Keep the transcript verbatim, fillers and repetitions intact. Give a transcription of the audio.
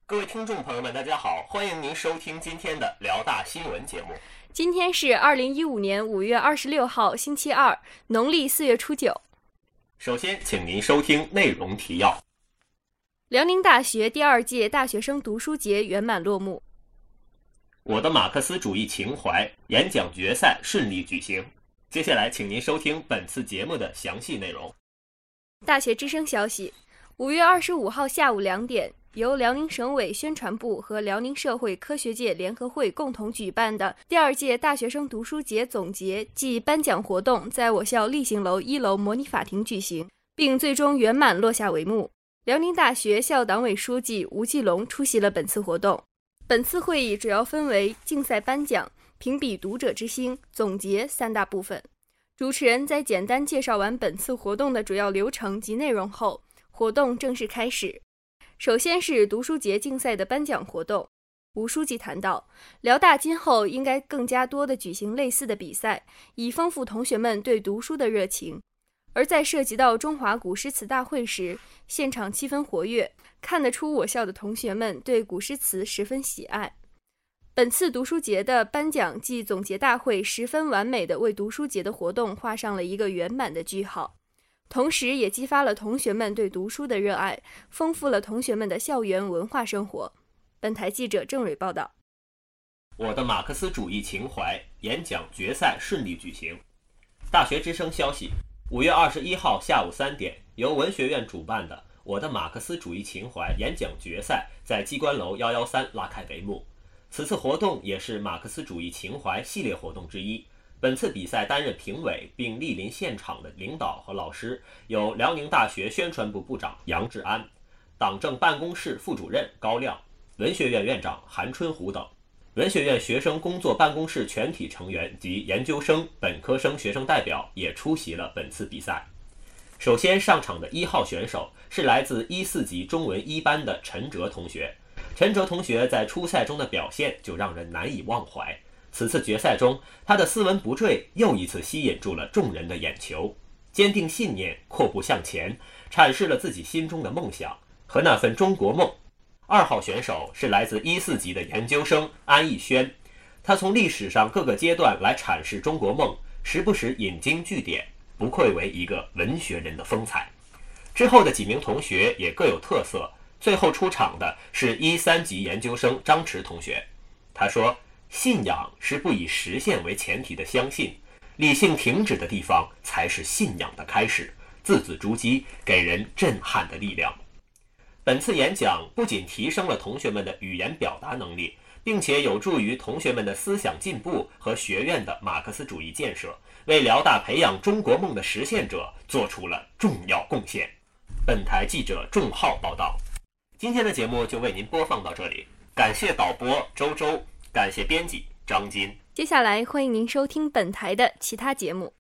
各位听众朋友们，大家好，欢迎您收听今天的辽大新闻节目。 今天是二零一五年五月二十六号，星期二，农历四月初九。 首先，请您收听内容提要。 辽宁大学第二届大学生读书节圆满落幕。 我的马克思主义情怀演讲决赛顺利举行。接下来，请您收听本次节目的详细内容。 大学之声消息，五月二十五号下午两点，由辽宁省委宣传部和辽宁社会科学界联合会共同举办的第二届大学生读书节总结暨颁奖活动在我校例行楼一楼模拟法庭举行，并最终圆满落下帷幕。辽宁大学校党委书记吴继龙出席了本次活动。本次会议主要分为竞赛颁奖、评比读者之星、总结三大部分。主持人在简单介绍完本次活动的主要流程及内容后，活动正式开始。首先是读书节竞赛的颁奖活动。吴书记谈到，辽大今后应该更加多地举行类似的比赛，以丰富同学们对读书的热情。而在涉及到中华古诗词大会时，现场气氛活跃，看得出我校的同学们对古诗词十分喜爱。本次读书节的颁奖暨总结大会十分完美地为读书节的活动画上了一个圆满的句号，同时也激发了同学们对读书的热爱，丰富了同学们的校园文化生活。本台记者郑蕊报道。 我的马克思主义情怀演讲决赛顺利举行。大学之声消息，五月二十一号下午三点，由文学院主办的我的马克思主义情怀演讲决赛在机关楼一一三拉开帷幕。此次活动也是马克思主义情怀系列活动之一。本次比赛担任评委并莅临现场的领导和老师有辽宁大学宣传部部长杨志安、党政办公室副主任高亮、文学院院长韩春虎等。文学院学生工作办公室全体成员及研究生、本科生学生代表也出席了本次比赛。首先上场的一号选手是来自一四级中文一班的陈哲同学。陈哲同学在初赛中的表现就让人难以忘怀。此次决赛中，他的斯文不坠又一次吸引住了众人的眼球，坚定信念，阔步向前，阐释了自己心中的梦想和那份中国梦。二号选手是来自一四级的研究生安逸轩，他从历史上各个阶段来阐释中国梦，时不时引经据典，不愧为一个文学人的风采。之后的几名同学也各有特色，最后出场的是一三级研究生张弛同学。他说，信仰是不以实现为前提的相信，理性停止的地方才是信仰的开始，字字珠玑，给人震撼的力量。本次演讲不仅提升了同学们的语言表达能力，并且有助于同学们的思想进步和学院的马克思主义建设，为辽大培养中国梦的实现者做出了重要贡献。本台记者仲浩报道。今天的节目就为您播放到这里，感谢导播周周，感谢编辑张金。 接下来欢迎您收听本台的其他节目。